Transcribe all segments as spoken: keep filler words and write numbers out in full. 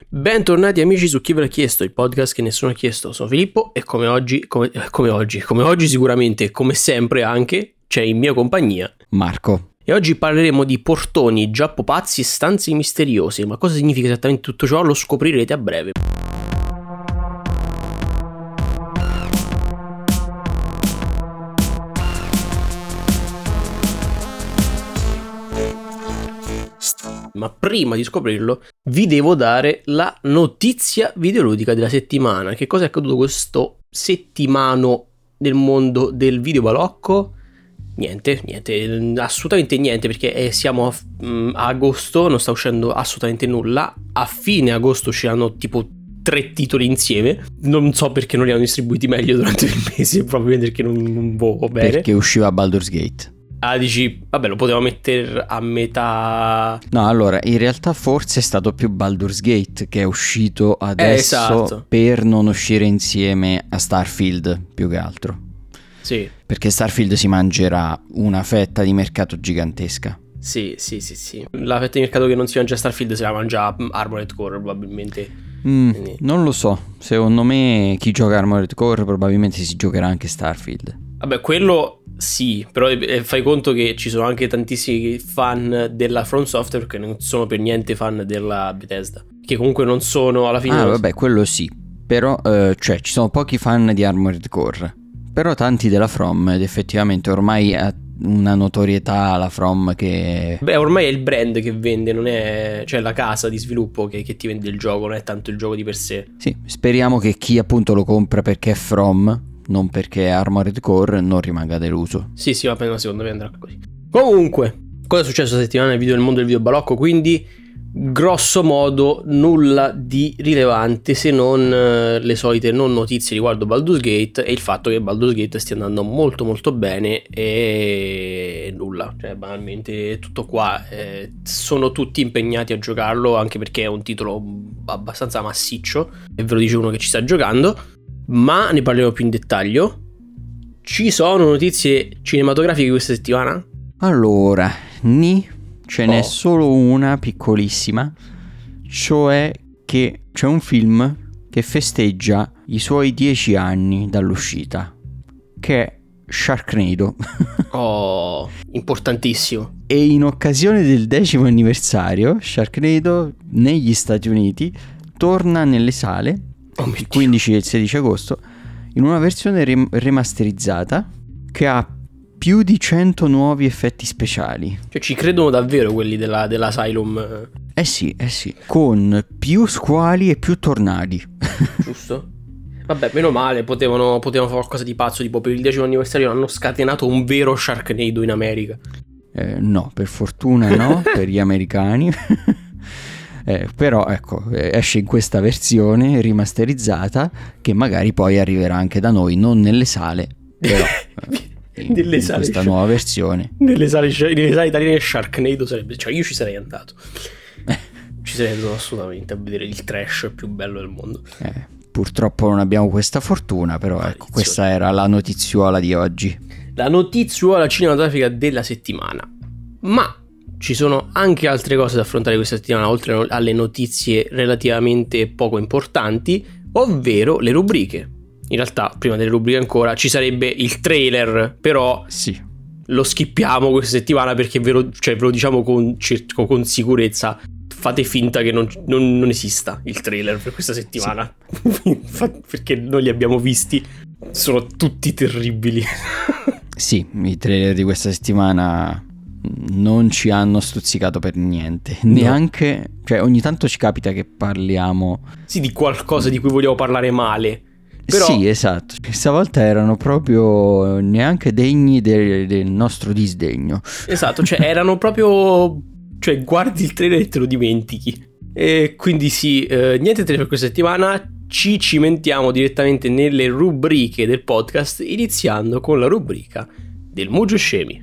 Bentornati amici su Chi ve l'ha chiesto, il podcast che nessuno ha chiesto. Sono Filippo e come oggi, come, come oggi, come oggi sicuramente, come sempre anche, c'è in mia compagnia Marco. E oggi parleremo di portoni, giappopazzi e stanze misteriose. Ma cosa significa esattamente tutto ciò lo scoprirete a breve. Ma prima di scoprirlo vi devo dare la notizia videoludica della settimana. Che cosa è accaduto questo settimano nel mondo del videobalocco? Niente, niente, assolutamente niente, perché eh, siamo a, mm, a agosto, non sta uscendo assolutamente nulla. A fine agosto usciranno tipo tre titoli insieme. Non so perché non li hanno distribuiti meglio durante il mese, probabilmente perché non, non boh bene. Perché usciva Baldur's Gate. Ah, dici, vabbè, lo potevamo mettere a metà. No, allora, in realtà forse è stato più Baldur's Gate che è uscito adesso, eh, esatto. Per non uscire insieme a Starfield, più che altro. Sì. Perché Starfield si mangerà una fetta di mercato gigantesca. Sì, sì, sì, sì. La fetta di mercato che non si mangia Starfield se la mangia Armored Core, probabilmente. Mm, non lo so, secondo me chi gioca Armored Core probabilmente si giocherà anche Starfield. Vabbè, quello sì, però fai conto che ci sono anche tantissimi fan della From Software che non sono per niente fan della Bethesda, che comunque non sono alla fine. Ah, vabbè, quello sì. Però, eh, cioè, ci sono pochi fan di Armored Core, però tanti della From, ed effettivamente ormai ha una notorietà la From che... Beh, ormai è il brand che vende, non è... cioè la casa di sviluppo che, che ti vende il gioco, non è tanto il gioco di per sé. Sì, speriamo che chi appunto lo compra perché è From, non perché è Armored Core, non rimanga deluso. Sì, sì, vabbè, secondo me andrà così. Comunque, cosa è successo questa settimana nel, video, nel mondo del videobalocco? Quindi, grosso modo, nulla di rilevante se non eh, le solite non notizie riguardo Baldur's Gate e il fatto che Baldur's Gate stia andando molto molto bene e nulla. Cioè, banalmente, tutto qua. Eh, sono tutti impegnati a giocarlo, anche perché è un titolo abbastanza massiccio e ve lo dice uno che ci sta giocando. Ma ne parleremo più in dettaglio. Ci sono notizie cinematografiche questa settimana? Allora, ni ce n'è oh. solo una piccolissima, cioè che c'è un film che festeggia i suoi dieci anni dall'uscita, che è Sharknado. Oh, importantissimo. E in occasione del decimo anniversario, Sharknado negli Stati Uniti torna nelle sale Oh, il quindici e il sedici agosto in una versione rem- remasterizzata che ha più di cento nuovi effetti speciali. Cioè ci credono davvero quelli della, dell'Asylum. Eh sì, eh sì, con più squali e più tornadi. Giusto? Vabbè, meno male, potevano, potevano fare qualcosa di pazzo, tipo per il decimo anniversario hanno scatenato un vero Sharknado in America. Eh, no, per fortuna no, per gli americani. Eh, però ecco, esce in questa versione rimasterizzata che magari poi arriverà anche da noi, non nelle sale, però in, nelle in sale questa sh- nuova versione. Nelle sale, nelle sale italiane Sharknado sarebbe, cioè io ci sarei andato. Ci sarei andato assolutamente a vedere il trash più bello del mondo. Eh, purtroppo non abbiamo questa fortuna, però ecco, questa era la notiziola di oggi. La notiziola cinematografica della settimana. Ma ci sono anche altre cose da affrontare questa settimana, oltre alle notizie relativamente poco importanti, ovvero le rubriche. In realtà, prima delle rubriche ancora, ci sarebbe il trailer, però sì, lo skippiamo questa settimana perché ve lo, cioè, ve lo diciamo con, con sicurezza. Fate finta che non, non, non esista il trailer per questa settimana. Sì. Perché non li abbiamo visti. Sono tutti terribili. Sì, i trailer di questa settimana non ci hanno stuzzicato per niente, no. Neanche, cioè ogni tanto ci capita che parliamo sì di qualcosa di cui vogliamo parlare male, però... sì, esatto, questa volta erano proprio neanche degni del, del nostro disdegno. Esatto, cioè erano proprio, cioè guardi il trailer e te lo dimentichi. E quindi sì, eh, niente trailer per questa settimana. Ci cimentiamo direttamente nelle rubriche del podcast, iniziando con la rubrica del Mugio Scemi.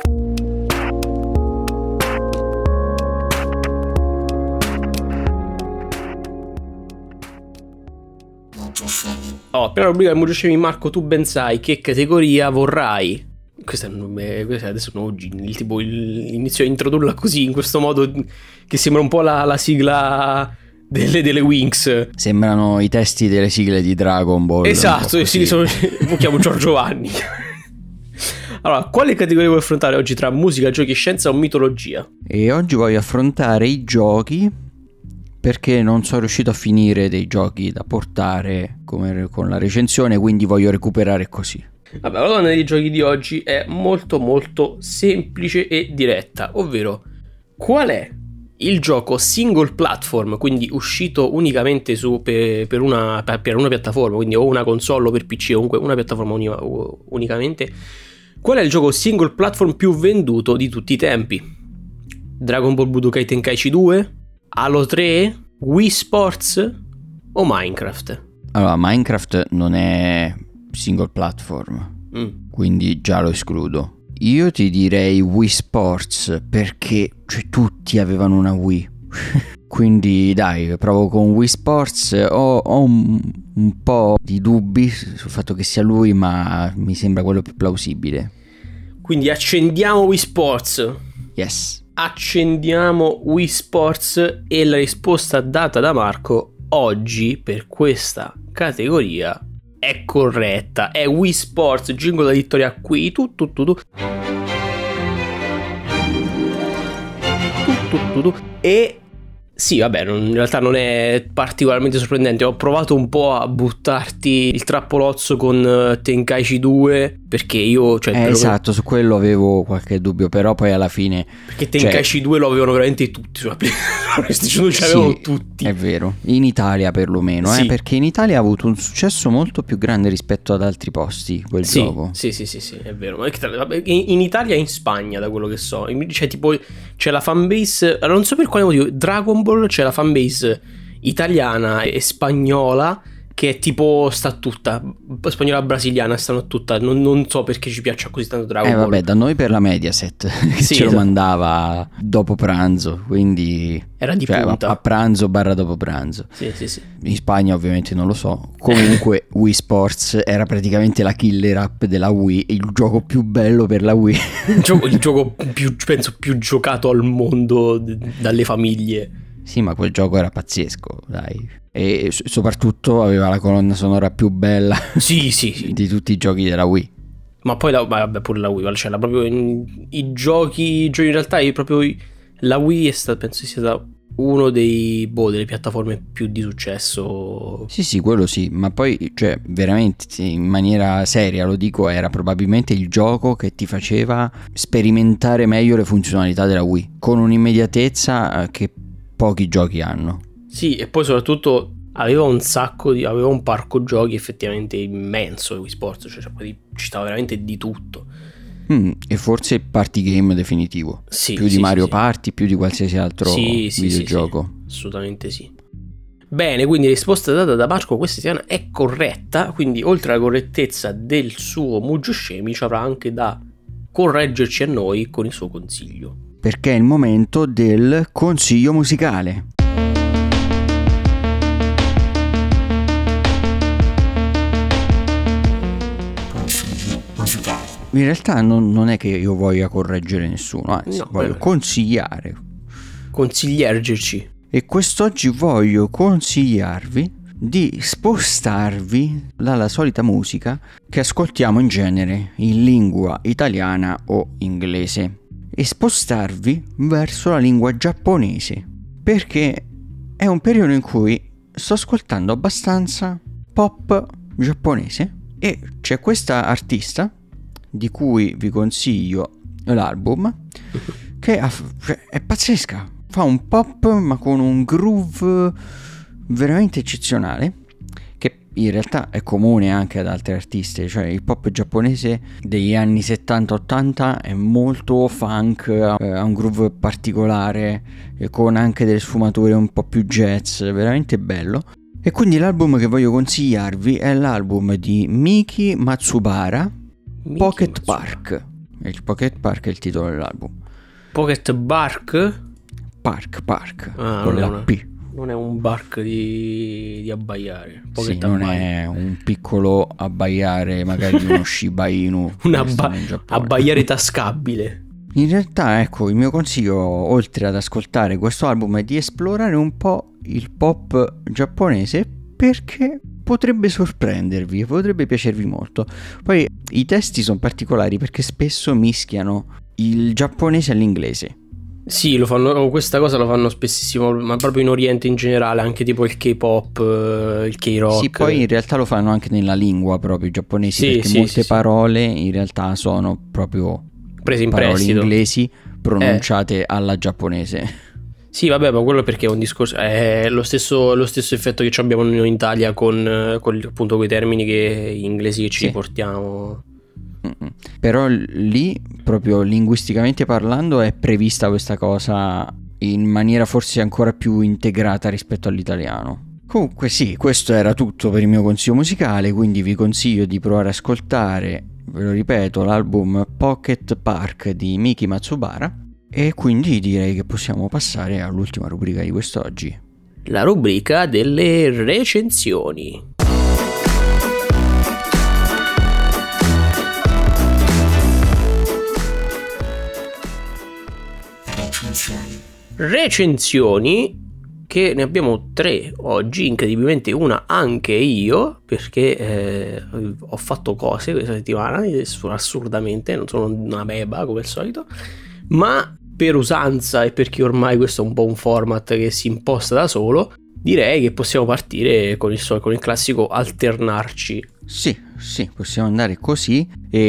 Oh, prima rubrica del Mugio Scemi, Marco, tu ben sai che categoria vorrai. Questa è, questa è adesso nuovo il tipo il, inizio a introdurla così, in questo modo che sembra un po' la, la sigla delle, delle Winx. Sembrano i testi delle sigle di Dragon Ball. Esatto, sì, sono, mi chiamo Giorgio Vanni. Allora, quale categoria vuoi affrontare oggi tra musica, giochi, scienza o mitologia? E oggi voglio affrontare i giochi, perché non sono riuscito a finire dei giochi da portare come con la recensione, quindi voglio recuperare così. Vabbè, la donna dei giochi di oggi è molto molto semplice e diretta, ovvero qual è il gioco single platform, quindi uscito unicamente su per, per, una, per una piattaforma, quindi o una console o per P C o comunque una piattaforma uni, unicamente. Qual è il gioco single platform più venduto di tutti i tempi? Dragon Ball Budokai Tenkaichi due? Halo tre? Wii Sports? O Minecraft? Allora, Minecraft non è single platform, mm. quindi già lo escludo. Io ti direi Wii Sports, perché cioè, tutti avevano una Wii. Quindi dai, provo con Wii Sports. Ho, ho un, un po' di dubbi sul fatto che sia lui, ma mi sembra quello più plausibile. Quindi accendiamo Wii Sports. Yes. Accendiamo Wii Sports e la risposta data da Marco oggi per questa categoria è corretta. È Wii Sports, jingle da vittoria qui. Tu, tu, tu, tu. Tu, tu, tu, tu. E sì, vabbè, non, in realtà non è particolarmente sorprendente. Ho provato un po' a buttarti il trappolozzo con uh, Tenkaichi due, perché io... Cioè, eh, esatto, su quello avevo qualche dubbio, però poi alla fine... Perché Tenkaichi cioè... due lo avevano veramente tutti sulla PlayStation, non ce l'avevano sì, tutti. È vero, in Italia perlomeno, sì. eh, perché in Italia ha avuto un successo molto più grande rispetto ad altri posti, quel sì, gioco. Sì, sì, sì, sì, è vero. In Italia e in Spagna, da quello che so. Cioè, tipo, c'è la fanbase... Non so per quale motivo, Dragon Ball c'è la fanbase italiana e spagnola che è tipo sta tutta spagnola brasiliana, stanno tutta, non, non so perché ci piaccia così tanto Dragon eh, Ball. Vabbè, da noi per la Mediaset che sì, ce lo esatto. mandava dopo pranzo, quindi era di cioè, punta a pranzo barra dopo pranzo. Sì, sì, sì. In Spagna ovviamente non lo so. Comunque Wii Sports era praticamente la killer app della Wii, il gioco più bello per la Wii. il, gioco, il gioco più, penso più giocato al mondo d- dalle famiglie. Sì, ma quel gioco era pazzesco, dai. E soprattutto aveva la colonna sonora più bella sì, sì, sì. di tutti i giochi della Wii. Ma poi la, vabbè, pure la Wii, cioè la proprio in, i giochi, i giochi in realtà è proprio la Wii è stata, penso sia stata uno dei boh, delle piattaforme più di successo. Sì, sì, quello sì, ma poi cioè veramente in maniera seria lo dico, era probabilmente il gioco che ti faceva sperimentare meglio le funzionalità della Wii con un'immediatezza che pochi giochi hanno. Sì, e poi soprattutto aveva un sacco di aveva un parco giochi effettivamente immenso Wii Sports, cioè ci stava veramente di tutto. Mm, e forse il party game definitivo. Sì, più sì, di Mario sì, Party, più di qualsiasi altro sì, videogioco. Sì, sì, assolutamente sì. Bene, quindi la risposta data da Marco questa settimana è corretta, quindi oltre alla correttezza del suo Mugio Scemi ci avrà anche da correggerci a noi con il suo consiglio. Perché è il momento del consiglio musicale. In realtà non, non è che io voglia correggere nessuno, anzi no, voglio beh. consigliare. Consigliergerci. E quest'oggi voglio consigliarvi di spostarvi dalla solita musica che ascoltiamo in genere in lingua italiana o inglese e spostarvi verso la lingua giapponese, perché è un periodo in cui sto ascoltando abbastanza pop giapponese e c'è questa artista di cui vi consiglio l'album che ha, cioè, è pazzesca, fa un pop ma con un groove veramente eccezionale che in realtà è comune anche ad altre artiste, cioè il pop giapponese degli anni settanta ottanta è molto funk, eh, ha un groove particolare e con anche delle sfumature un po' più jazz, veramente bello. E quindi l'album che voglio consigliarvi è l'album di Miki Matsubara, Miki Pocket Matsubara. Park. E il Pocket Park è il titolo dell'album. Pocket Bark? Park, Park, ah, con la una... P. Non è un bark di, di abbaiare. Sì, non è un piccolo abbaiare magari di uno Shiba Inu. Un abba- abbaiare tascabile. In realtà, ecco, il mio consiglio, oltre ad ascoltare questo album, è di esplorare un po' il pop giapponese perché potrebbe sorprendervi, potrebbe piacervi molto. Poi i testi sono particolari perché spesso mischiano il giapponese all'inglese. Sì, lo fanno, questa cosa lo fanno spessissimo, ma proprio in Oriente in generale, anche tipo il K-pop, il K-rock. Sì, poi in realtà lo fanno anche nella lingua proprio giapponesi, sì, perché sì, molte sì, parole in realtà sono proprio prese in parole prestito, inglesi pronunciate eh. alla giapponese. Sì, vabbè, ma quello perché è un discorso, è lo stesso, lo stesso effetto che abbiamo noi in Italia con, con appunto quei termini che inglesi che ci sì. portiamo. Mm-mm. Però lì, proprio linguisticamente parlando, è prevista questa cosa in maniera forse ancora più integrata rispetto all'italiano. Comunque sì, questo era tutto per il mio consiglio musicale, quindi vi consiglio di provare ad ascoltare, ve lo ripeto, l'album Pocket Park di Miki Matsubara. E quindi direi che possiamo passare all'ultima rubrica di quest'oggi. La rubrica delle recensioni. Recensioni. Recensioni che ne abbiamo tre oggi, incredibilmente una anche io, perché eh, ho fatto cose questa settimana, assurdamente, non sono una beba come al solito, ma per usanza e perché ormai questo è un po' un format che si imposta da solo, direi che possiamo partire con il, con il classico alternarci. Sì, sì, possiamo andare così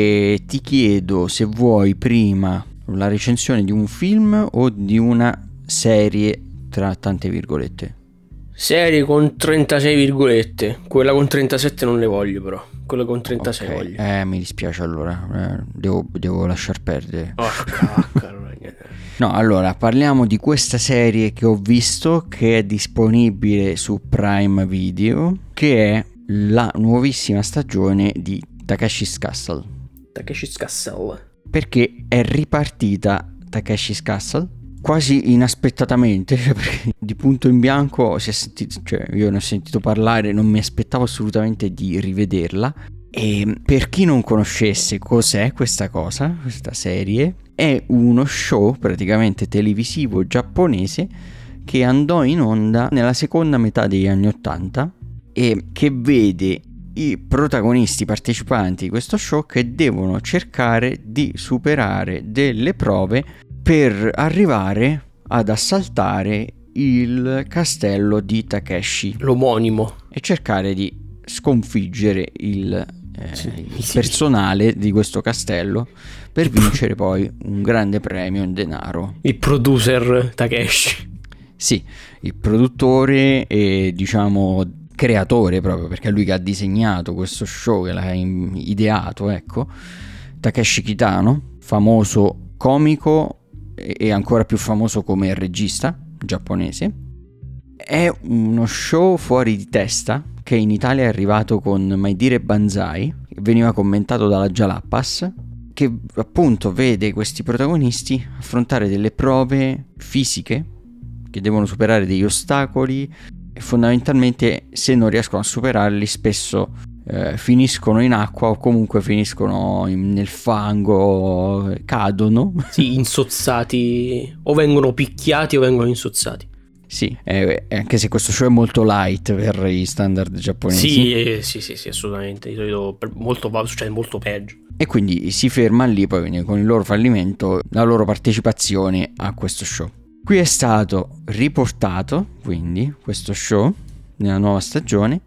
e ti chiedo se vuoi prima la recensione di un film o di una serie tra tante virgolette. Serie con trentasei virgolette, quella con trentasette non le voglio però, quella con trentasei okay. voglio. Eh, mi dispiace allora, eh, devo, devo lasciar perdere. Oh, cacca, allora niente. No, allora parliamo di questa serie che ho visto, che è disponibile su Prime Video, che è la nuovissima stagione di Takeshi's Castle. Takeshi's Castle. Perché è ripartita Takeshi's Castle quasi inaspettatamente, cioè perché di punto in bianco si è sentito, cioè io ne ho sentito parlare, non mi aspettavo assolutamente di rivederla. E per chi non conoscesse cos'è questa cosa, questa serie, è uno show praticamente televisivo giapponese che andò in onda nella seconda metà degli anni ottanta e che vede i protagonisti partecipanti di questo show che devono cercare di superare delle prove per arrivare ad assaltare il castello di Takeshi, l'omonimo, e cercare di sconfiggere il, eh, sì, il sì. personale di questo castello per vincere poi un grande premio in denaro. Il producer Takeshi. Sì, il produttore e diciamo creatore proprio, perché è lui che ha disegnato questo show, che l'ha ideato, ecco, Takeshi Kitano, famoso comico e ancora più famoso come regista giapponese. È uno show fuori di testa che in Italia è arrivato con My Dire Banzai, che veniva commentato dalla Jalapas, che appunto vede questi protagonisti affrontare delle prove fisiche che devono superare degli ostacoli e fondamentalmente se non riescono a superarli spesso eh, finiscono in acqua o comunque finiscono in, nel fango, cadono. Sì, insozzati, o vengono picchiati o vengono insozzati. Sì, eh, anche se questo show è molto light per i standard giapponesi. Sì, eh, sì, sì, sì, assolutamente. Di solito molto, succede molto peggio. E quindi si ferma lì, poi con il loro fallimento, la loro partecipazione a questo show. Qui è stato riportato, quindi, questo show, nella nuova stagione,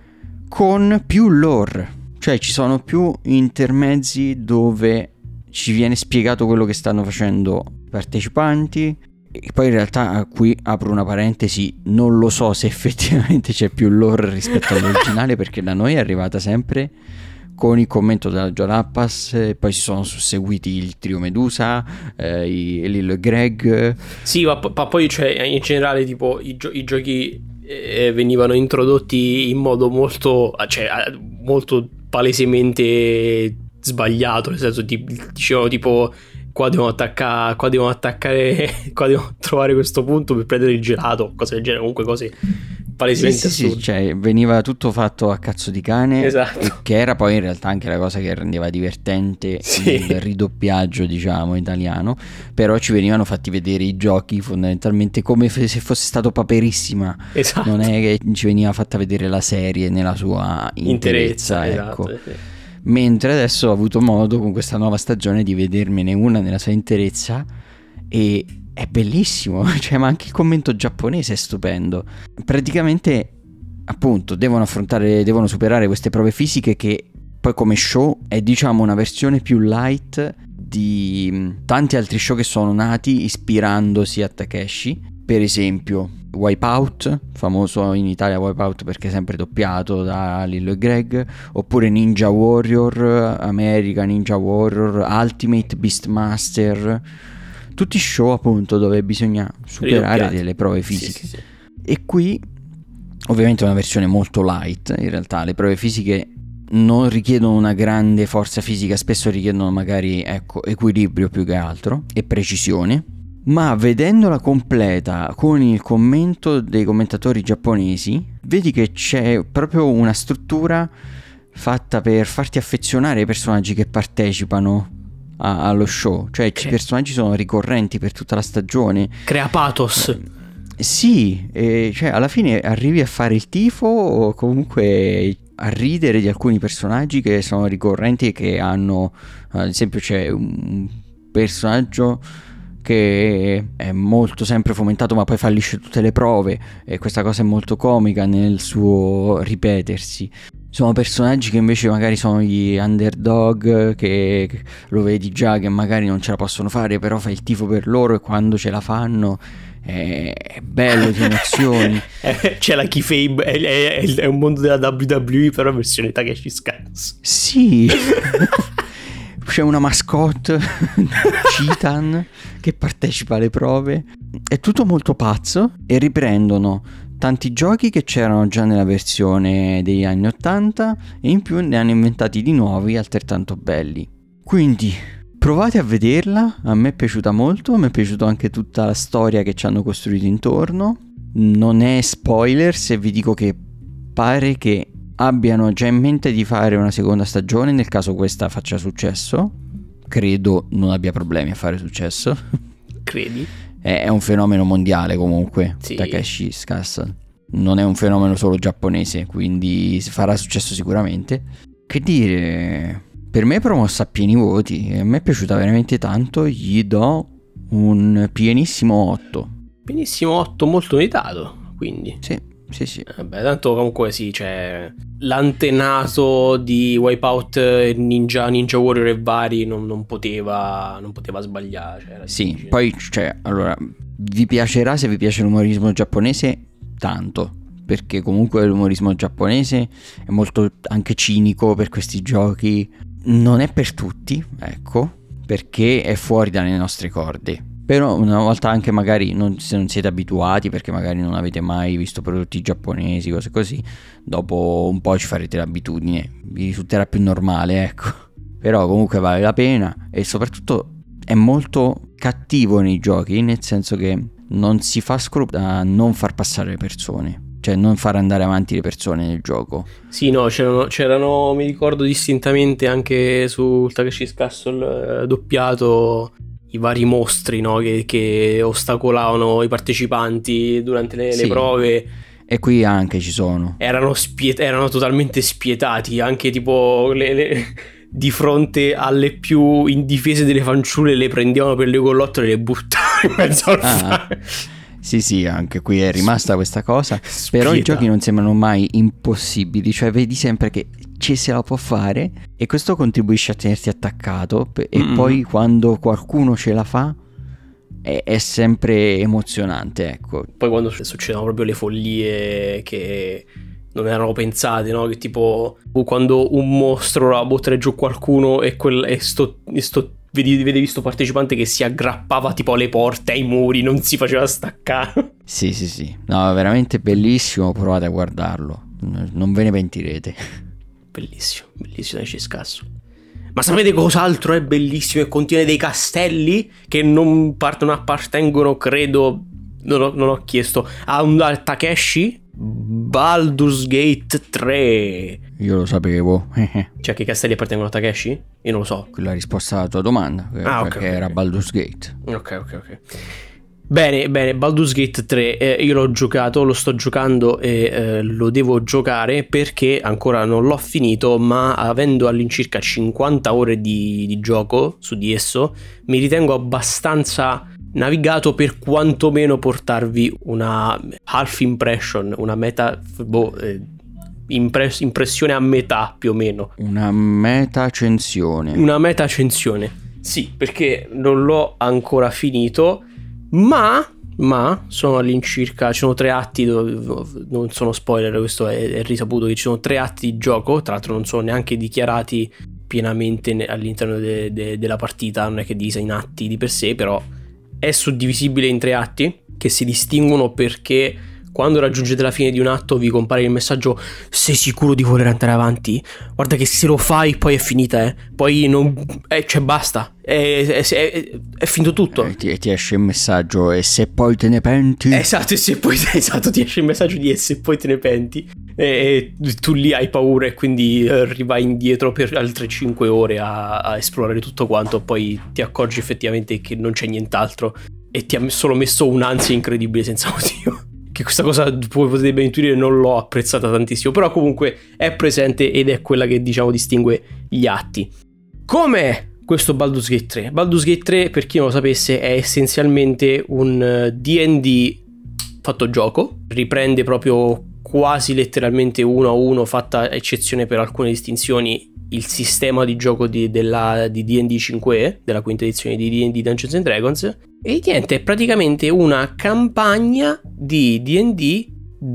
con più lore. Cioè ci sono più intermezzi dove ci viene spiegato quello che stanno facendo i partecipanti. E poi in realtà qui apro una parentesi, non lo so se effettivamente c'è più lore rispetto all'originale, perché da noi è arrivata sempre con il commento della Jalapas, poi si sono susseguiti il trio Medusa, eh, i, Lil Greg. Sì, ma, ma poi cioè, in generale tipo i, gio- i giochi eh, venivano introdotti in modo molto, cioè, molto palesemente sbagliato, nel senso ti, dicevano tipo qua devono attaccare, qua devono attaccare, qua devono trovare questo punto per prendere il gelato, cose del genere, comunque cose palesemente sì, sì, assurdo. sì, cioè veniva tutto fatto a cazzo di cane, Esatto. e che era poi in realtà anche la cosa che rendeva divertente Sì. il ridoppiaggio, diciamo, italiano. Però ci venivano fatti vedere i giochi fondamentalmente come se fosse stato Paperissima. Esatto. Non è che ci veniva fatta vedere la serie nella sua interezza, Interezza, ecco. esatto, sì. Mentre adesso ho avuto modo con questa nuova stagione di vedermene una nella sua interezza e è bellissimo, cioè, ma anche il commento giapponese è stupendo. Praticamente, appunto, devono affrontare, devono superare queste prove fisiche che poi come show è, diciamo, una versione più light di tanti altri show che sono nati ispirandosi a Takeshi. Per esempio Wipeout, famoso in Italia Wipeout perché è sempre doppiato da Lillo e Greg, oppure Ninja Warrior, American Ninja Warrior, Ultimate Beastmaster, tutti show appunto dove bisogna superare Ridoppiati. delle prove fisiche. Sì, sì, sì. E qui ovviamente è una versione molto light, in realtà le prove fisiche non richiedono una grande forza fisica, spesso richiedono magari, ecco, equilibrio più che altro e precisione. Ma vedendola completa con il commento dei commentatori giapponesi, vedi che c'è proprio una struttura fatta per farti affezionare ai personaggi che partecipano a- allo show. Cioè i personaggi sono ricorrenti per tutta la stagione. Crea pathos. Eh, sì, e cioè alla fine arrivi a fare il tifo o comunque a ridere di alcuni personaggi che sono ricorrenti e che hanno, ad esempio c'è un personaggio che è molto sempre fomentato ma poi fallisce tutte le prove, e questa cosa è molto comica nel suo ripetersi. Sono personaggi che invece magari sono gli underdog, che lo vedi già che magari non ce la possono fare, però fai il tifo per loro e quando ce la fanno è, è bello, di emozioni. C'è la kayfabe, è, è, è un mondo della W W E però versione Takeshi Scans. Sì. C'è una mascotte Citan che partecipa alle prove. È tutto molto pazzo e riprendono tanti giochi che c'erano già nella versione degli anni ottanta e in più ne hanno inventati di nuovi altrettanto belli. Quindi provate a vederla, a me è piaciuta molto, mi è piaciuta anche tutta la storia che ci hanno costruito intorno. Non è spoiler se vi dico che pare che abbiano già in mente di fare una seconda stagione nel caso questa faccia successo. Credo non abbia problemi a fare successo. Credi? È, è un fenomeno mondiale comunque, Sì. Takeshi Castle. Non è un fenomeno solo giapponese, quindi farà successo sicuramente. Che dire, per me è promossa a pieni voti, a me è piaciuta veramente tanto, gli do un pienissimo otto. Benissimo, otto molto meritato, quindi. Sì. Sì, sì. Vabbè, tanto comunque sì, c'è l'antenato di Wipeout, Ninja, Ninja Warrior e vari non, non poteva non poteva sbagliare. Cioè, era sì, difficile. poi, cioè, allora, vi piacerà se vi piace l'umorismo giapponese tanto, perché comunque l'umorismo giapponese è molto anche cinico per questi giochi. Non è per tutti, ecco, perché è fuori dalle nostre corde. Però una volta anche magari non, se non siete abituati, perché magari non avete mai visto prodotti giapponesi, cose così, dopo un po' ci farete l'abitudine, vi risulterà più normale, ecco. Però comunque vale la pena e soprattutto è molto cattivo nei giochi, nel senso che non si fa scrupolo a non far passare le persone, cioè non far andare avanti le persone nel gioco. Sì, no, c'erano, c'erano mi ricordo distintamente anche su Takeshi's Castle eh, doppiato i vari mostri, no, che, che ostacolavano i partecipanti durante le, Sì. le prove. E qui anche ci sono. Erano, spiet- erano totalmente spietati, anche tipo le, le, di fronte alle più indifese delle fanciulle le prendevano per le collottole e le buttavano in mezzo al Ah. fare. Sì, sì, anche qui è rimasta questa cosa. Spieta. Però i giochi non sembrano mai impossibili, cioè vedi sempre che ci se la può fare e questo contribuisce a tenerti attaccato. E Mm. poi quando qualcuno ce la fa è, è sempre emozionante, ecco. Poi quando succedono proprio le follie che non erano pensate, no? Che tipo quando un mostro la buttare giù qualcuno e, quel, e sto, e sto vedi, vedevi sto partecipante che si aggrappava tipo alle porte, ai muri, non si faceva staccare. Sì, sì, sì. No, veramente bellissimo, provate a guardarlo. Non ve ne pentirete. Bellissimo, bellissimo, esce scasso. Ma sapete cos'altro è bellissimo e contiene dei castelli che non, part- non appartengono, credo, non ho, non ho chiesto, a un a Takeshi? Baldur's Gate tre. Io lo sapevo. Cioè, che castelli appartengono a Takeshi? Io non lo so. Quella risposta alla tua domanda, Ah, cioè ok, che ok, era ok. Baldur's Gate. Ok, ok, ok. Bene, bene, Baldur's Gate tre, eh, io l'ho giocato, lo sto giocando e eh, lo devo giocare perché ancora non l'ho finito, ma avendo all'incirca cinquanta ore di, di gioco su di esso, mi ritengo abbastanza navigato per quantomeno portarvi una half impression, una meta, boh, eh, impress- impressione a metà più o meno. Una meta-censione. Una meta-censione, sì, perché non l'ho ancora finito. Ma, ma sono all'incirca, ci sono tre atti, non sono spoiler, questo è, è risaputo che ci sono tre atti di gioco, tra l'altro non sono neanche dichiarati pienamente all'interno de, de, della partita, non è che divisa in atti di per sé, però è suddivisibile in tre atti che si distinguono perché quando raggiungete la fine di un atto vi compare il messaggio: sei sicuro di voler andare avanti? Guarda che se lo fai poi è finita, eh. Poi non... Eh, cioè basta, è, è, è, è finito tutto. E ti, ti esce il messaggio: e se poi te ne penti? Esatto, e se poi esatto, ti esce il messaggio di e se poi te ne penti. E, e tu lì hai paura e quindi eh, rivai indietro per altre cinque ore a, a esplorare tutto quanto. Poi ti accorgi effettivamente che non c'è nient'altro e ti ha solo messo un'ansia incredibile senza motivo. Che questa cosa, come potete ben intuire, non l'ho apprezzata tantissimo, però comunque è presente ed è quella che, diciamo, distingue gli atti. Com'è questo Baldur's Gate tre? Baldur's Gate tre, per chi non lo sapesse, è essenzialmente un D and D fatto gioco, riprende proprio quasi letteralmente uno a uno, fatta eccezione per alcune distinzioni, il sistema di gioco di, della, di D and D cinque E, della quinta edizione di D and D Dungeons and Dragons, e niente, è praticamente una campagna di D and D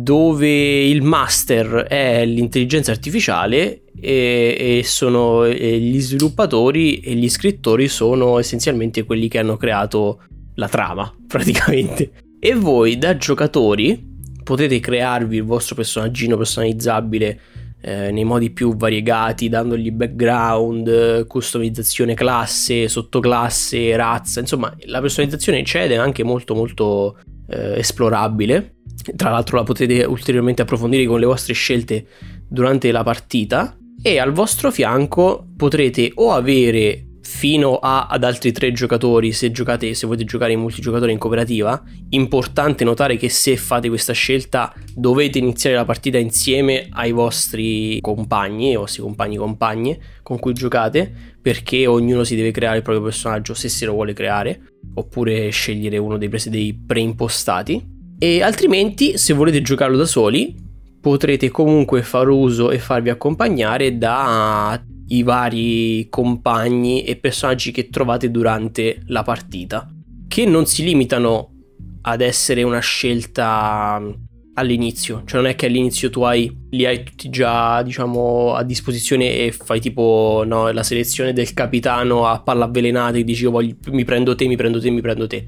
dove il master è l'intelligenza artificiale e, e sono e gli sviluppatori e gli scrittori sono essenzialmente quelli che hanno creato la trama, praticamente. E voi da giocatori potete crearvi il vostro personaggino personalizzabile eh, nei modi più variegati, dandogli background, customizzazione classe, sottoclasse, razza, insomma la personalizzazione c'è ed è anche molto molto eh, esplorabile. Tra l'altro la potete ulteriormente approfondire con le vostre scelte durante la partita e al vostro fianco potrete o avere fino a, ad altri tre giocatori se giocate, se volete giocare in multigiocatore in cooperativa. Importante notare che se fate questa scelta dovete iniziare la partita insieme ai vostri compagni, ai vostri compagni compagne con cui giocate, perché ognuno si deve creare il proprio personaggio se se lo vuole creare, oppure scegliere uno dei, presi, dei preimpostati. E altrimenti, se volete giocarlo da soli, potrete comunque far uso e farvi accompagnare da i vari compagni e personaggi che trovate durante la partita, che non si limitano ad essere una scelta all'inizio, cioè non è che all'inizio tu hai li hai tutti già, diciamo, a disposizione e fai tipo no, la selezione del capitano a palla avvelenata e dici io voglio, mi prendo te, mi prendo te, mi prendo te.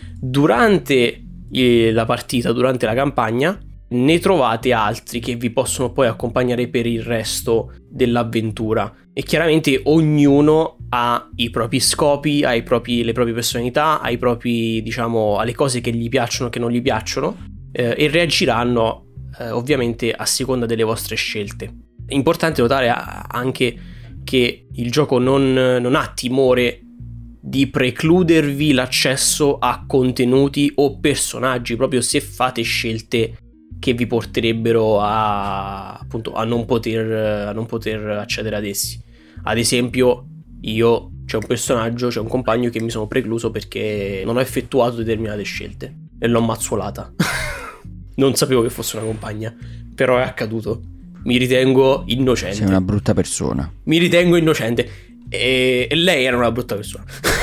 Durante la partita, durante la campagna, ne trovate altri che vi possono poi accompagnare per il resto dell'avventura e chiaramente ognuno ha i propri scopi, ha i propri, le proprie personalità, ha i propri, diciamo, alle cose che gli piacciono, che non gli piacciono eh, e reagiranno eh, ovviamente a seconda delle vostre scelte. È importante notare anche che il gioco non, non ha timore di precludervi l'accesso a contenuti o personaggi proprio se fate scelte che vi porterebbero a, appunto, a non poter, a non poter accedere ad essi. Ad esempio, io c'è un personaggio, c'è un compagno che mi sono precluso perché non ho effettuato determinate scelte e l'ho mazzuolata. Non sapevo che fosse una compagna, però è accaduto. Mi ritengo innocente. Sei una brutta persona. Mi ritengo innocente e, e lei era una brutta persona.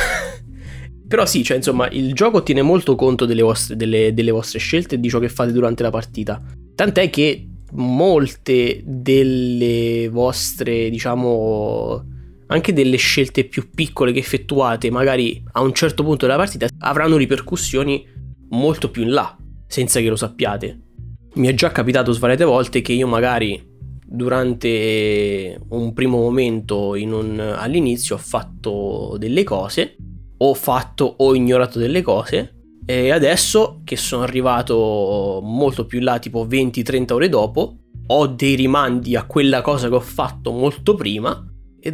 Però sì, cioè insomma il gioco tiene molto conto delle vostre, delle, delle vostre scelte e di ciò che fate durante la partita. Tant'è che molte delle vostre, diciamo, anche delle scelte più piccole che effettuate magari a un certo punto della partita avranno ripercussioni molto più in là, senza che lo sappiate. Mi è già capitato svariate volte che io magari durante un primo momento in un, all'inizio ho fatto delle cose, ho fatto o ignorato delle cose E adesso che sono arrivato molto più in là, tipo venti trenta ore dopo, ho dei rimandi a quella cosa che ho fatto molto prima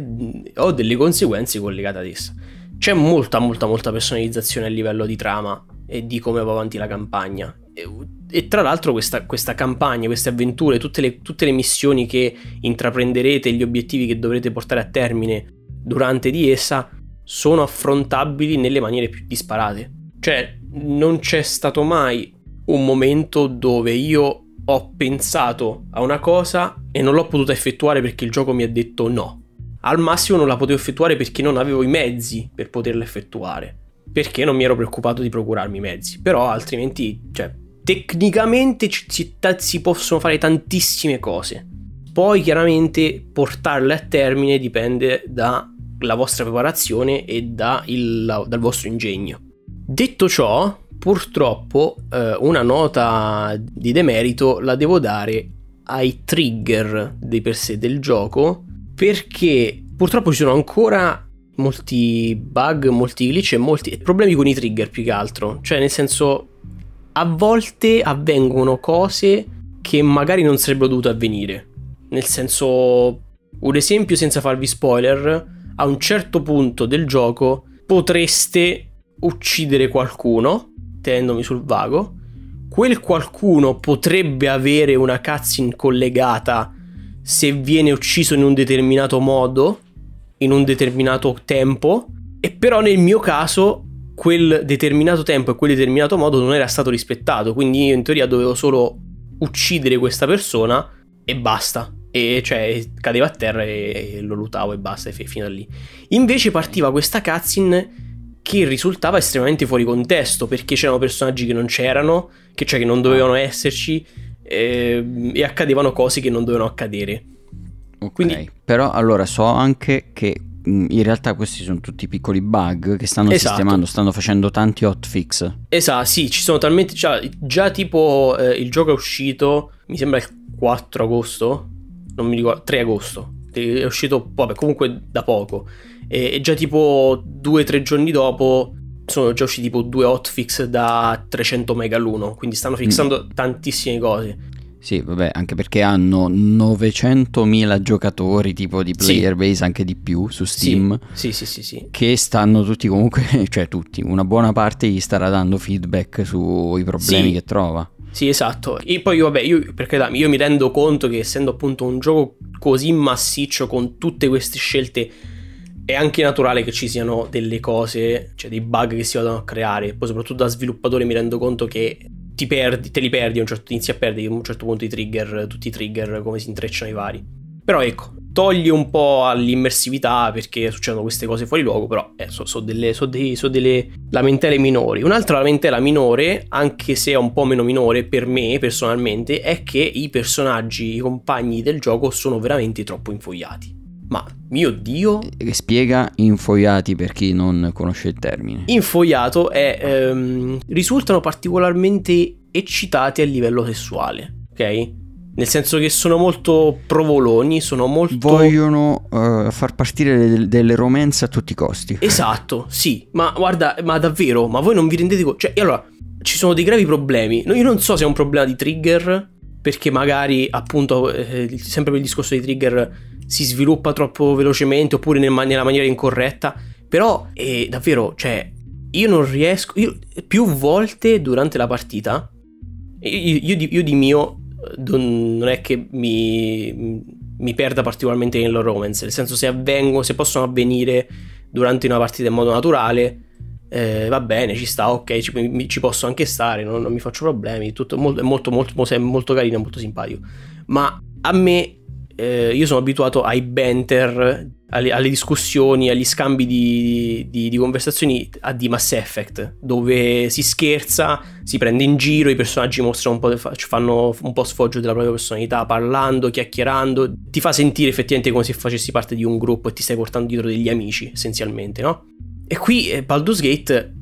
e ho delle conseguenze collegate ad essa. C'è molta molta molta personalizzazione a livello di trama e di come va avanti la campagna. E, e tra l'altro questa, questa campagna, queste avventure, tutte le, tutte le missioni che intraprenderete, gli obiettivi che dovrete portare a termine durante di essa sono affrontabili nelle maniere più disparate. Cioè non c'è stato mai un momento dove io ho pensato a una cosa e non l'ho potuta effettuare perché il gioco mi ha detto no. Al massimo non la potevo effettuare perché non avevo i mezzi per poterla effettuare, perché non mi ero preoccupato di procurarmi i mezzi. Però altrimenti, cioè, tecnicamente ci, si possono fare tantissime cose. Poi chiaramente portarle a termine dipende dalla vostra preparazione e da il, dal vostro ingegno. Detto ciò, purtroppo eh, una nota di demerito la devo dare ai trigger di per sé del gioco, perché purtroppo ci sono ancora molti bug, molti glitch e molti problemi con i trigger più che altro. Cioè nel senso, a volte avvengono cose che magari non sarebbero dovute avvenire. Nel senso, un esempio senza farvi spoiler: a un certo punto del gioco potreste uccidere qualcuno, tenendomi sul vago. Quel qualcuno potrebbe avere una cutscene collegata se viene ucciso in un determinato modo, in un determinato tempo, e però nel mio caso quel determinato tempo e quel determinato modo non era stato rispettato, quindi io in teoria dovevo solo uccidere questa persona e basta, e cioè cadeva a terra e lo lootavo e basta, e fino a lì. Invece partiva questa cutscene che risultava estremamente fuori contesto, perché c'erano personaggi che non c'erano, che cioè che non dovevano esserci, e, e accadevano cose che non dovevano accadere. Ok, quindi, però allora so anche che in realtà questi sono tutti piccoli bug che stanno esatto. sistemando, stanno facendo tanti hotfix. Esatto, sì, ci sono talmente, già, già tipo eh, il gioco è uscito, mi sembra il quattro agosto, non mi ricordo, tre agosto, è uscito, vabbè, comunque da poco, e, e già tipo due o tre giorni dopo sono già usciti tipo due hotfix da trecento mega l'uno, quindi stanno fixando mm. tantissime cose. Sì, vabbè, anche perché hanno novecentomila giocatori tipo di player base, sì, anche di più su Steam. Sì, sì, sì, sì, sì. Che stanno tutti comunque, cioè tutti, una buona parte gli starà dando feedback sui problemi sì. che trova. Sì, esatto. E poi vabbè, io per carità, io mi rendo conto che essendo appunto un gioco così massiccio con tutte queste scelte è anche naturale che ci siano delle cose, cioè dei bug che si vadano a creare. Poi soprattutto da sviluppatore mi rendo conto che ti perdi, te li perdi, a un certo, inizi a perdere a un certo punto i trigger, tutti i trigger, come si intrecciano i vari. Però ecco, toglie un po' all'immersività perché succedono queste cose fuori luogo, però eh, sono so delle, so dei, so delle lamentele minori. Un'altra lamentela minore, anche se è un po' meno minore per me personalmente, è che i personaggi, i compagni del gioco sono veramente troppo infogliati. Ma mio Dio, spiega infogliati per chi non conosce il termine. Infogliato è ehm, risultano particolarmente eccitati a livello sessuale, ok? Nel senso che sono molto provoloni, sono molto... vogliono uh, far partire delle, delle romanze a tutti i costi. Esatto, sì, ma guarda, ma davvero, ma voi non vi rendete conto? Cioè, allora, ci sono dei gravi problemi. Io non so se è un problema di trigger, perché magari appunto eh, sempre per il discorso dei trigger si sviluppa troppo velocemente oppure nel, nella maniera incorretta, però eh, davvero, cioè io non riesco, io più volte durante la partita io, io, di, io di mio non è che mi, mi perda particolarmente nel romance, nel senso, se avvengono, se possono avvenire durante una partita in modo naturale, eh, va bene, ci sta, ok, ci, mi, ci posso anche stare, non, non mi faccio problemi, tutto molto, è molto, molto, molto, molto carino, molto simpatico. Ma a me eh, io sono abituato ai banter, alle, alle discussioni, agli scambi di, di, di conversazioni a di Mass Effect, dove si scherza, si prende in giro, i personaggi mostrano un po', fanno un po' sfoggio della propria personalità, parlando, chiacchierando, ti fa sentire effettivamente come se facessi parte di un gruppo e ti stai portando dietro degli amici, essenzialmente, no? E qui eh, Baldur's Gate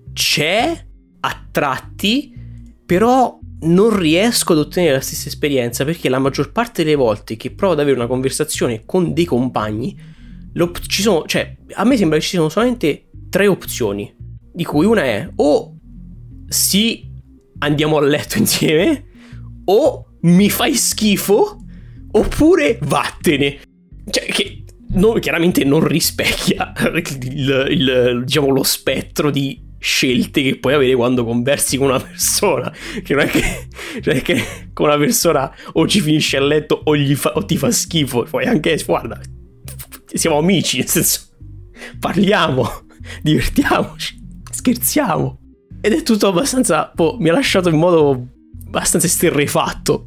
c'è a tratti, però non riesco ad ottenere la stessa esperienza, perché la maggior parte delle volte che provo ad avere una conversazione con dei compagni, ci sono, cioè a me sembra che ci siano solamente tre opzioni, di cui una è o sì, andiamo a letto insieme, o mi fai schifo, oppure vattene. Cioè, che non, chiaramente non rispecchia il, il, diciamo, lo spettro di scelte che puoi avere quando conversi con una persona, che non è che, cioè che con una persona o ci finisci a letto o, gli fa, o ti fa schifo. Poi anche, guarda, siamo amici, nel senso, parliamo, divertiamoci, scherziamo. Ed è tutto abbastanza, boh, mi ha lasciato in modo abbastanza esterrefatto.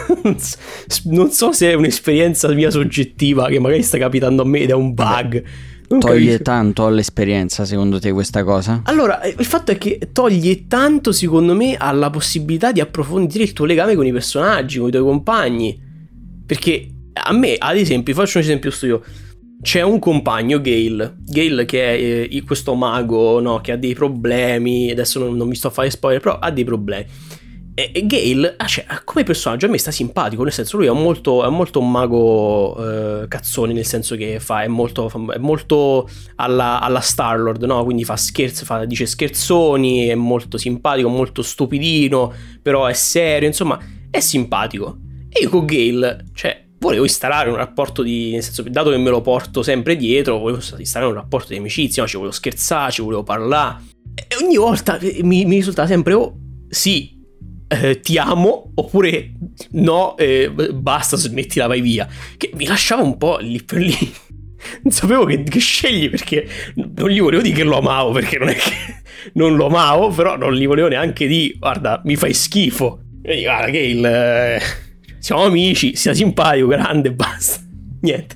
Non so se è un'esperienza mia soggettiva, che magari sta capitando a me ed è un bug. Non toglie capisco. tanto all'esperienza, secondo te, questa cosa? Allora, il fatto è che toglie tanto, secondo me, alla possibilità di approfondire il tuo legame con i personaggi, con i tuoi compagni. Perché a me, ad esempio, faccio un esempio studio. C'è un compagno, Gale, Gale che è eh, questo mago, no, che ha dei problemi. Adesso non, non mi sto a fare spoiler, però ha dei problemi. E, e Gale, ah, cioè, come personaggio a me sta simpatico, nel senso, lui è molto, è molto un mago eh, cazzone, nel senso che fa, è molto, è molto alla, alla Star-Lord, no? Quindi fa scherzi, fa, dice scherzoni, è molto simpatico, molto stupidino, però è serio, insomma, è simpatico. E io con Gale, cioè, volevo instaurare un rapporto di, nel senso, dato che me lo porto sempre dietro, volevo instaurare un rapporto di amicizia, no? Ci volevo scherzare, ci volevo parlare, e ogni volta mi, mi risultava sempre, oh, sì, eh, ti amo, oppure no, eh, basta, smettila, vai via, che mi lasciava un po' lì per lì. Non sapevo che, che scegli, perché non gli volevo dire che lo amavo, perché non è che non lo amavo, però non gli volevo neanche dire, guarda, mi fai schifo. E dico, guarda, Gale, eh, siamo amici, sia simpatico, grande, basta. Niente.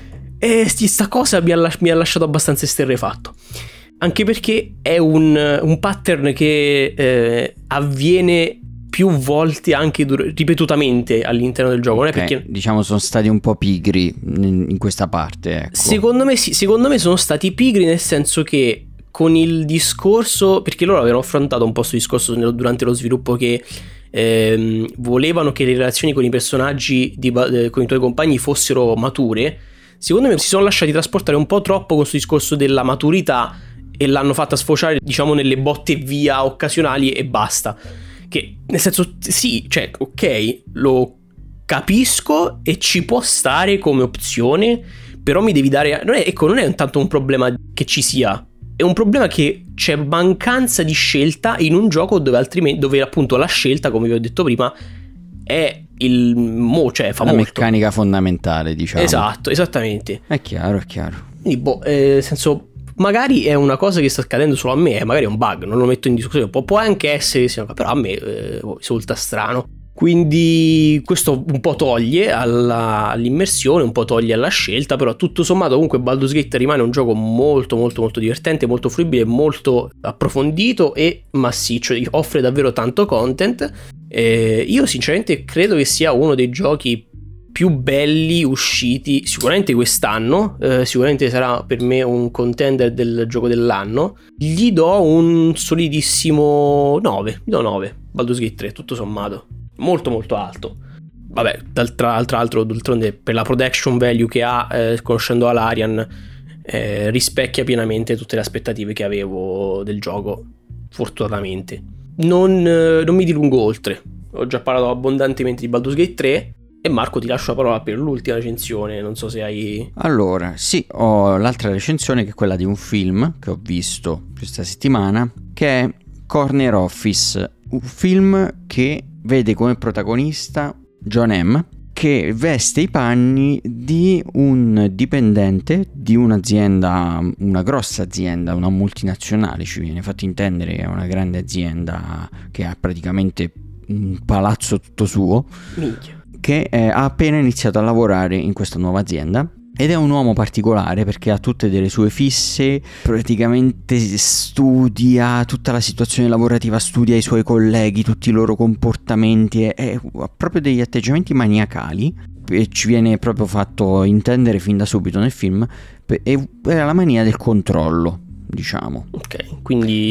E sta cosa mi ha, mi ha lasciato abbastanza esterrefatto. Anche perché è un, un pattern che eh, avviene più volte, anche dur- ripetutamente all'interno del gioco. Non è Okay, perché, diciamo, sono stati un po' pigri in, in questa parte, ecco. secondo me sì, secondo me sono stati pigri, nel senso che con il discorso, perché loro avevano affrontato un po' questo discorso durante lo sviluppo, che ehm, volevano che le relazioni con i personaggi di, eh, con i tuoi compagni fossero mature. Secondo me si sono lasciati trasportare un po' troppo con questo discorso della maturità e l'hanno fatta sfociare, diciamo, nelle botte via occasionali e basta. Che, nel senso, sì, cioè, ok, lo capisco e ci può stare come opzione, però mi devi dare, non è, ecco, non è tanto un problema che ci sia, è un problema che c'è mancanza di scelta in un gioco dove altrimenti, dove appunto la scelta, come vi ho detto prima, è il mo, cioè fa la molto. meccanica fondamentale, diciamo. Esatto, esattamente. È chiaro, è chiaro. Quindi, boh, eh, nel senso, magari è una cosa che sta accadendo solo a me, magari è un bug, non lo metto in discussione, può, può anche essere che sia, però a me eh, risulta strano. Quindi questo un po' toglie alla, all'immersione, un po' toglie alla scelta, però tutto sommato comunque Baldur's Gate rimane un gioco molto molto molto divertente, molto fruibile, molto approfondito e massiccio, offre davvero tanto content. Eh, io sinceramente credo che sia uno dei giochi più belli usciti sicuramente quest'anno, eh, sicuramente sarà per me un contender del gioco dell'anno. Gli do un solidissimo nove, gli do nove, Baldur's Gate tre, tutto sommato, molto molto alto. Vabbè, tra l'altro, d'altronde, per la production value che ha, eh, conoscendo Alarian, eh, rispecchia pienamente tutte le aspettative che avevo del gioco, fortunatamente. Non, eh, non mi dilungo oltre, ho già parlato abbondantemente di Baldur's Gate tre. E Marco, ti lascio la parola per l'ultima recensione, non so se hai... Allora, sì, ho l'altra recensione, che è quella di un film che ho visto questa settimana, che è Corner Office, un film che vede come protagonista John M., che veste i panni di un dipendente di un'azienda, una grossa azienda, una multinazionale, ci viene fatto intendere, è una grande azienda che ha praticamente un palazzo tutto suo. Minchia. Che eh, ha appena iniziato a lavorare in questa nuova azienda, ed è un uomo particolare perché ha tutte delle sue fisse, praticamente studia tutta la situazione lavorativa, studia i suoi colleghi, tutti i loro comportamenti, e ha proprio degli atteggiamenti maniacali, e ci viene proprio fatto intendere fin da subito nel film, e era la mania del controllo, diciamo. Ok,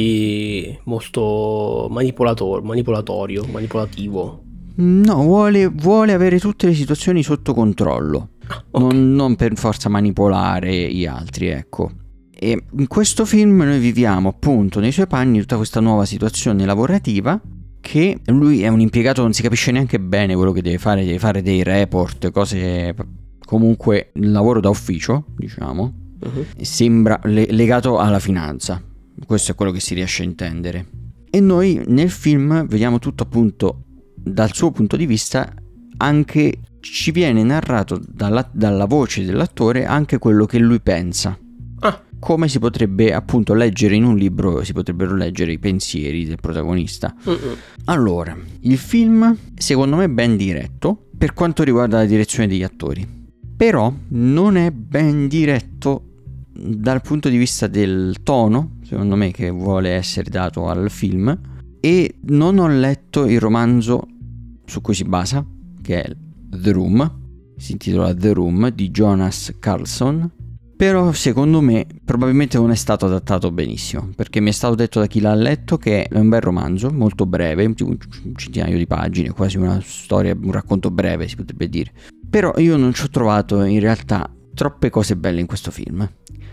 quindi molto manipolator, manipolatorio, manipolativo. No, vuole, vuole avere tutte le situazioni sotto controllo, Ah, okay. non, non per forza manipolare gli altri, ecco. E in questo film noi viviamo appunto nei suoi panni tutta questa nuova situazione lavorativa, che lui è un impiegato, non si capisce neanche bene quello che deve fare, deve fare dei report, cose, comunque un lavoro da ufficio, diciamo, uh-huh. Sembra le- legato alla finanza, questo è quello che si riesce a intendere. E noi nel film vediamo tutto appunto dal suo punto di vista, anche ci viene narrato dalla, dalla voce dell'attore anche quello che lui pensa. Ah. Come si potrebbe appunto leggere in un libro, si potrebbero leggere i pensieri del protagonista. Uh-uh. Allora, il film secondo me è ben diretto per quanto riguarda la direzione degli attori, però non è ben diretto dal punto di vista del tono, secondo me, che vuole essere dato al film. E non ho letto il romanzo su cui si basa, che è The Room, si intitola The Room di Jonas Carlson, però secondo me probabilmente non è stato adattato benissimo, perché mi è stato detto da chi l'ha letto che è un bel romanzo, molto breve, un centinaio di pagine, quasi una storia, un racconto breve si potrebbe dire, però io non ci ho trovato in realtà troppe cose belle in questo film.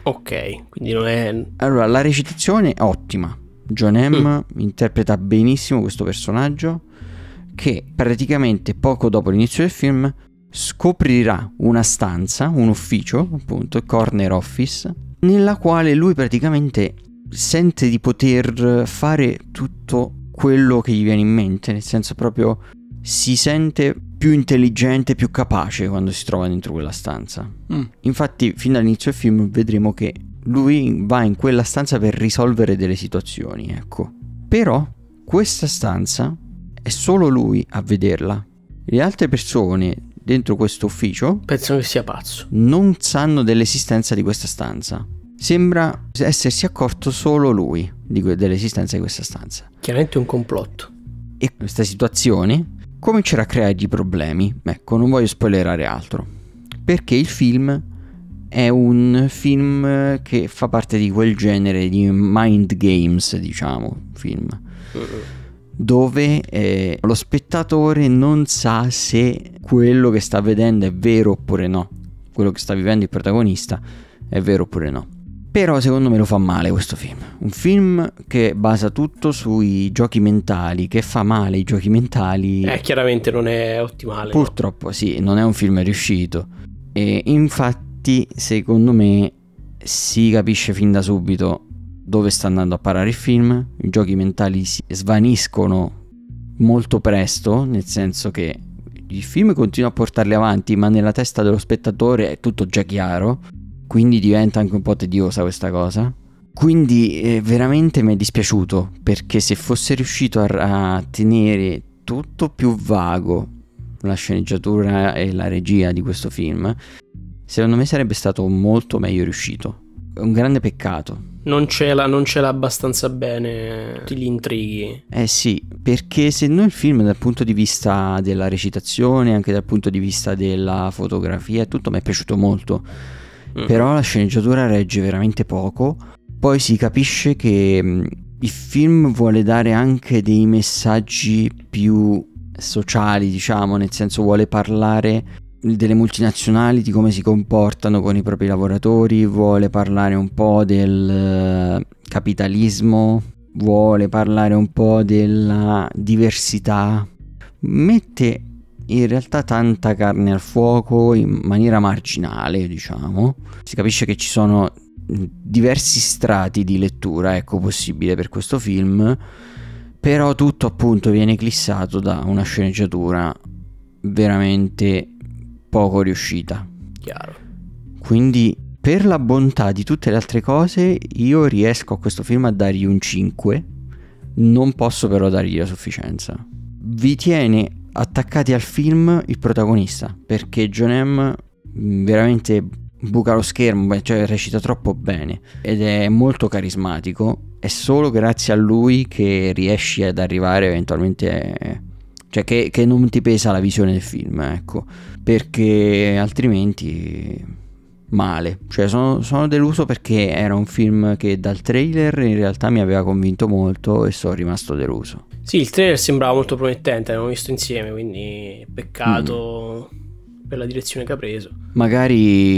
Ok, quindi non è... Allora, la recitazione è ottima, Jon Hamm mm. interpreta benissimo questo personaggio, che praticamente poco dopo l'inizio del film scoprirà una stanza, un ufficio, appunto, corner office, nella quale lui praticamente sente di poter fare tutto quello che gli viene in mente, nel senso proprio si sente più intelligente, più capace quando si trova dentro quella stanza. Mm. Infatti, fin dall'inizio del film vedremo che lui va in quella stanza per risolvere delle situazioni, ecco. Però questa stanza è solo lui a vederla. Le altre persone dentro questo ufficio pensano che sia pazzo, non sanno dell'esistenza di questa stanza. Sembra essersi accorto solo lui di que- dell'esistenza di questa stanza. Chiaramente un complotto. E questa situazione comincerà a creargli problemi. Ecco, non voglio spoilerare altro, perché il film è un film che fa parte di quel genere di mind games, diciamo, film, uh-uh. dove eh, lo spettatore non sa se quello che sta vedendo è vero oppure no, quello che sta vivendo il protagonista è vero oppure no. Però secondo me lo fa male questo film, un film che basa tutto sui giochi mentali, che fa male i giochi mentali. Eh, chiaramente non è ottimale. Purtroppo no? Sì, non è un film riuscito. E infatti secondo me si capisce fin da subito dove sta andando a parare il film. I giochi mentali si svaniscono molto presto, nel senso che il film continua a portarli avanti, ma nella testa dello spettatore è tutto già chiaro, quindi diventa anche un po' tediosa questa cosa. Quindi eh, veramente mi è dispiaciuto, perché se fosse riuscito a, a tenere tutto più vago la sceneggiatura e la regia di questo film, secondo me sarebbe stato molto meglio riuscito. È un grande peccato. Non ce l'ha, non ce l'ha abbastanza bene tutti gli intrighi. Eh sì, perché se no il film dal punto di vista della recitazione, anche dal punto di vista della fotografia, tutto mi è piaciuto molto. Mm. Però la sceneggiatura regge veramente poco. Poi si capisce che mh, il film vuole dare anche dei messaggi più sociali, diciamo, nel senso vuole parlare delle multinazionali, di come si comportano con i propri lavoratori, vuole parlare un po' del capitalismo, vuole parlare un po' della diversità, mette in realtà tanta carne al fuoco in maniera marginale, diciamo. Si capisce che ci sono diversi strati di lettura, ecco, possibile per questo film, però tutto appunto viene eclissato da una sceneggiatura veramente poco riuscita. Chiaro. Quindi per la bontà di tutte le altre cose io riesco a questo film a dargli un cinque, non posso però dargli la sufficienza. Vi tiene attaccati al film il protagonista, perché Jon Hamm veramente buca lo schermo, cioè recita troppo bene ed è molto carismatico. È solo grazie a lui che riesci ad arrivare eventualmente, cioè che, che non ti pesa la visione del film, ecco, perché altrimenti male. Cioè sono, sono deluso, perché era un film che dal trailer in realtà mi aveva convinto molto e sono rimasto deluso. Sì, il trailer sembrava molto promettente, l'abbiamo visto insieme, quindi peccato mm. per la direzione che ha preso. Magari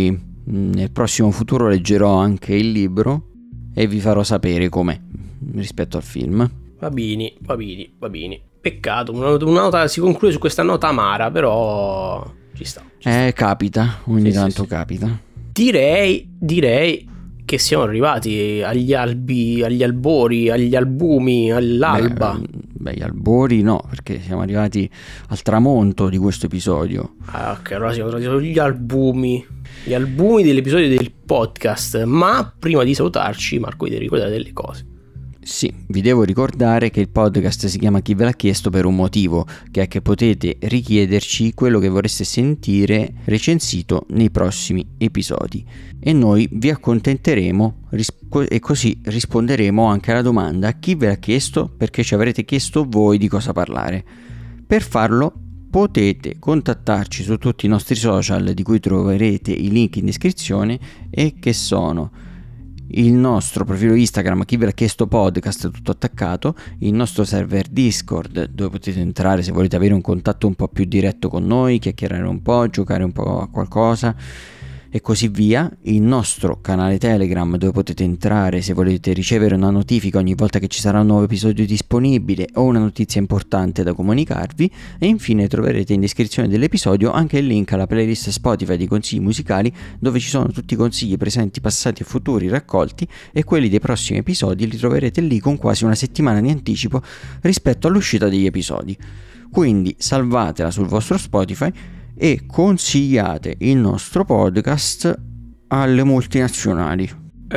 Nel prossimo futuro leggerò anche il libro e vi farò sapere com'è rispetto al film. Va bene, va bene, va bene. Peccato, una, una nota, si conclude su questa nota amara, però ci sta. Ci eh, sta. capita, ogni sì, tanto sì, capita. Sì. Direi, direi che siamo arrivati agli albi, agli albori, agli albumi, all'alba. Beh, beh, gli albori no, perché siamo arrivati al tramonto di questo episodio. Ah, ok, allora siamo arrivati agli albumi. Gli albumi dell'episodio del podcast. Ma prima di salutarci, Marco, vi devo ricordare delle cose. Sì, vi devo ricordare che il podcast si chiama Chi ve l'ha chiesto per un motivo, che è che potete richiederci quello che vorreste sentire recensito nei prossimi episodi e noi vi accontenteremo risp- e così risponderemo anche alla domanda chi ve l'ha chiesto, perché ci avrete chiesto voi di cosa parlare. Per farlo potete contattarci su tutti i nostri social, di cui troverete i link in descrizione, e che sono il nostro profilo Instagram Chi ve l'ha chiesto podcast, tutto attaccato, il nostro server Discord dove potete entrare se volete avere un contatto un po' più diretto con noi, chiacchierare un po', giocare un po' a qualcosa e così via, il nostro canale Telegram dove potete entrare se volete ricevere una notifica ogni volta che ci sarà un nuovo episodio disponibile o una notizia importante da comunicarvi, e infine troverete in descrizione dell'episodio anche il link alla playlist Spotify dei consigli musicali dove ci sono tutti i consigli presenti, passati e futuri raccolti, e quelli dei prossimi episodi li troverete lì con quasi una settimana di anticipo rispetto all'uscita degli episodi. Quindi salvatela sul vostro Spotify e consigliate il nostro podcast alle multinazionali,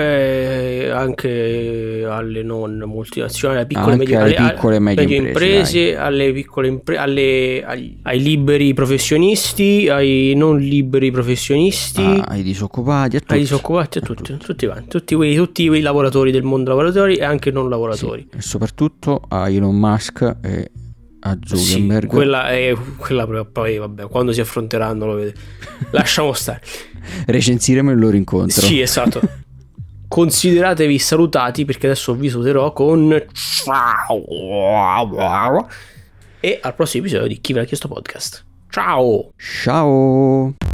eh, anche alle non multinazionali, alle piccole, anche medio, alle alle, piccole e medie, medie imprese, imprese alle piccole impre- alle, ai, ai liberi professionisti, ai non liberi professionisti, ah, ai disoccupati, a tutti, ai disoccupati, a, a tutti, tutti, tutti quanti, tutti quei, tutti quei lavoratori del mondo lavoratori e anche non lavoratori, sì, e soprattutto a Elon Musk e a Zuckerberg. Sì, quella è quella poi vabbè, quando si affronteranno lo vedete. Lasciamo stare. Recensiremo il loro incontro. Sì, esatto. Consideratevi salutati perché adesso vi saluterò con ciao e al prossimo episodio di Chi ve l'ha chiesto podcast. Ciao. Ciao.